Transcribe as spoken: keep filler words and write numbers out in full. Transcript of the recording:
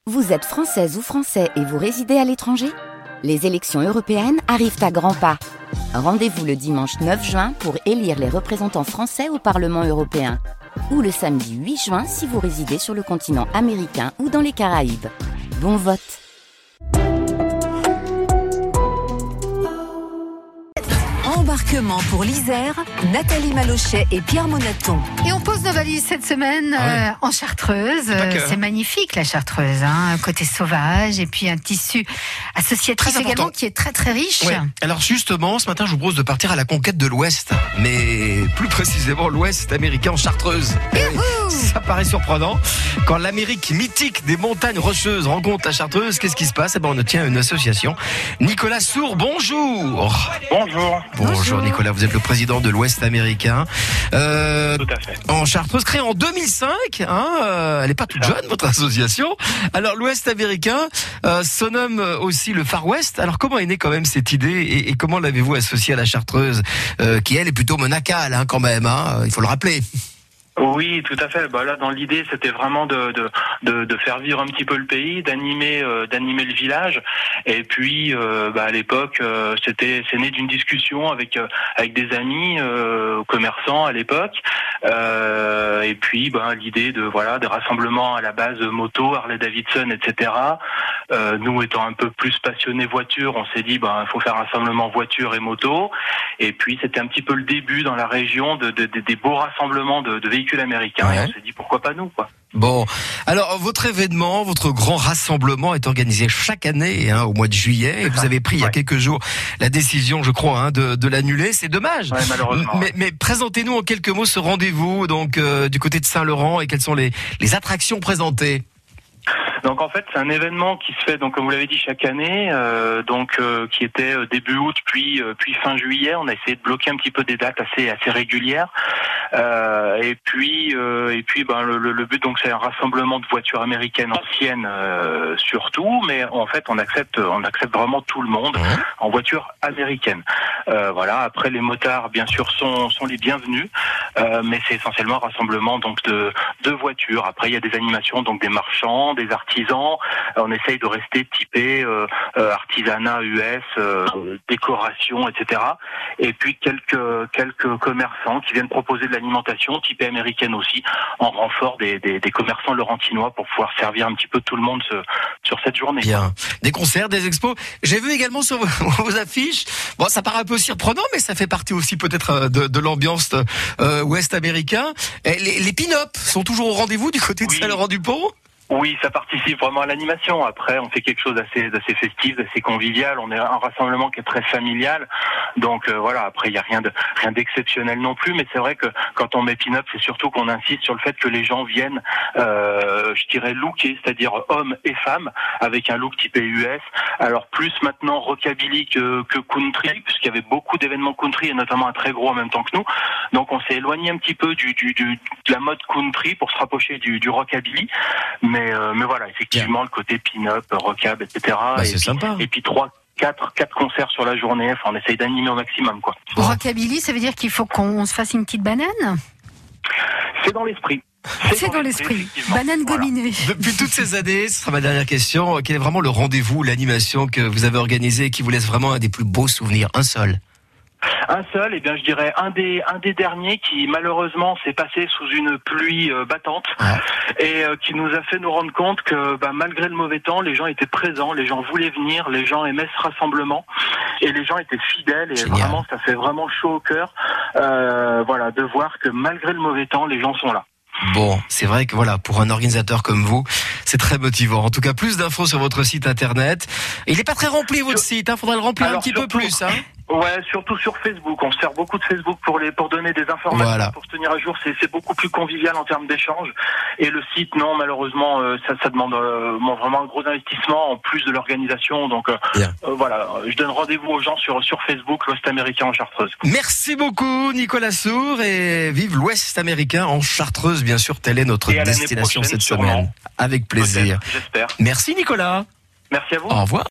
Vous êtes française ou français et vous résidez à l'étranger ? Les élections européennes arrivent à grands pas. Rendez-vous le dimanche neuf juin pour élire les représentants français au Parlement européen. Ou le samedi huit juin si vous résidez sur le continent américain ou dans les Caraïbes. Bon vote! Embarquement pour l'Isère, Nathalie Malochet et Pierre Monaton. Et on pose nos valises cette semaine Ah ouais. euh, en Chartreuse. que... C'est magnifique la Chartreuse, hein, un côté sauvage et puis un tissu associatif également qui est très très riche. Ouais. Alors justement, ce matin, je vous propose de partir à la conquête de l'Ouest, mais plus précisément l'Ouest américain en Chartreuse. Youhou. Ça paraît surprenant. Quand l'Amérique mythique des montagnes rocheuses rencontre la Chartreuse, qu'est-ce qui se passe ? Eh ben, on tient une association. Nicolas Sour, bonjour. Bonjour. Bonjour Nicolas, vous êtes le président de l'Ouest américain. Euh, Tout à fait. En Chartreuse, créée en deux mille cinq, hein, euh, elle n'est pas toute jeune, votre association. Alors l'Ouest américain euh, se nomme aussi le Far West. Alors comment est née quand même cette idée et, et comment l'avez-vous associée à la Chartreuse, euh, qui elle est plutôt monacale hein, quand même, hein, il faut le rappeler. Oui, tout à fait. Bah là, dans l'idée, c'était vraiment de, de de de faire vivre un petit peu le pays, d'animer euh, d'animer le village. Et puis, euh, bah, à l'époque, euh, c'était c'est né d'une discussion avec euh, avec des amis euh, commerçants à l'époque. Euh, et puis, bah, l'idée de voilà des rassemblements à la base moto, Harley Davidson, et cetera. Euh, nous étant un peu plus passionnés voiture, on s'est dit bah il faut faire un rassemblement voiture et moto. Et puis, c'était un petit peu le début dans la région de, de, de des beaux rassemblements de, de véhicules américains. Ouais. Et on s'est dit pourquoi pas nous, quoi. Bon, alors votre événement, votre grand rassemblement est organisé chaque année hein, au mois de juillet. Et vous avez pris il y a Ouais. quelques jours la décision, je crois, hein, de, de l'annuler. C'est dommage. Ouais, malheureusement. Mais, mais présentez-nous en quelques mots ce rendez-vous donc euh, du côté de Saint-Laurent et quelles sont les, les attractions présentées. Donc en fait, c'est un événement qui se fait, donc comme vous l'avez dit, chaque année, euh, donc euh, qui était euh, début août puis euh, puis fin juillet. On a essayé de bloquer un petit peu des dates assez assez régulières. Euh, et puis euh, et puis ben le, le, le but donc c'est un rassemblement de voitures américaines anciennes euh, surtout, mais en fait on accepte on accepte vraiment tout le monde Mmh. en voiture américaine. Euh, voilà. Après les motards bien sûr sont sont les bienvenus, euh, mais c'est essentiellement un rassemblement donc de de voitures. Après il y a des animations donc des marchands, des artisans. On essaye de rester typé euh, euh, artisanat U S, euh, décoration, et cetera. Et puis quelques quelques commerçants qui viennent proposer de l'alimentation typée américaine aussi, en renfort des, des, des commerçants laurentinois pour pouvoir servir un petit peu tout le monde ce, sur cette journée. Bien. Des concerts, des expos. J'ai vu également sur vos, vos affiches. Bon, ça paraît un peu surprenant, mais ça fait partie aussi peut-être de, de l'ambiance euh, ouest américain. Et les, les pin-up sont toujours au rendez-vous du côté de Oui. Saint-Laurent-du-Pont. Oui, ça participe vraiment à l'animation. Après, on fait quelque chose d'assez, d'assez festif, d'assez convivial. On est un rassemblement qui est très familial. Donc euh, voilà. Après, il y a rien de rien d'exceptionnel non plus. Mais c'est vrai que quand on met pin-up, c'est surtout qu'on insiste sur le fait que les gens viennent, euh, je dirais, lookés, c'est-à-dire hommes et femmes, avec un look typé U S. Alors plus maintenant rockabilly que, que country, puisqu'il y avait beaucoup d'événements country et notamment un très gros en même temps que nous. Donc on s'est éloigné un petit peu du, du, du de la mode country pour se rapprocher du, du rockabilly. Mais Mais, euh, mais voilà, effectivement, Bien. Le côté pin-up, rockab, et cetera. Bah, et c'est puis, sympa. Et puis trois, quatre, quatre concerts sur la journée. Enfin, on essaye d'animer au maximum, quoi. Bon. Rockabilly, ça veut dire qu'il faut qu'on se fasse une petite banane ? C'est dans l'esprit. C'est dans l'esprit. effectivement. Banane Voilà. gominée. Depuis toutes ces années, ce sera ma dernière question. Quel est vraiment le rendez-vous, l'animation que vous avez organisée et qui vous laisse vraiment un des plus beaux souvenirs ? Un seul. Un seul, et eh bien je dirais un des un des derniers qui malheureusement s'est passé sous une pluie euh, battante Ah. et euh, qui nous a fait nous rendre compte que bah, malgré le mauvais temps, les gens étaient présents, les gens voulaient venir, les gens aimaient ce rassemblement et les gens étaient fidèles et Génial. vraiment ça fait vraiment chaud au cœur, euh, voilà, de voir que malgré le mauvais temps, les gens sont là. Bon, c'est vrai que voilà, pour un organisateur comme vous, c'est très motivant. En tout cas, plus d'infos sur votre site internet. Il n'est pas très rempli votre Sur- site, hein. Faudrait le remplir Alors, un petit peu surtout- plus, hein. Ouais, surtout sur Facebook. On se sert beaucoup de Facebook pour les pour donner des informations, Voilà. pour se tenir à jour. C'est c'est beaucoup plus convivial en termes d'échange. Et le site, non, malheureusement, euh, ça ça demande euh, bon, vraiment un gros investissement en plus de l'organisation. Donc euh, Bien. euh, voilà, je donne rendez-vous aux gens sur sur Facebook, l'Ouest américain en Chartreuse. Merci beaucoup, Nicolas Sour, et vive l'Ouest américain en Chartreuse, bien sûr. Telle est notre Et à l'année destination prochaine, cette sûrement. semaine. Avec plaisir. Peut-être, j'espère. Merci, Nicolas. Merci à vous. Au revoir.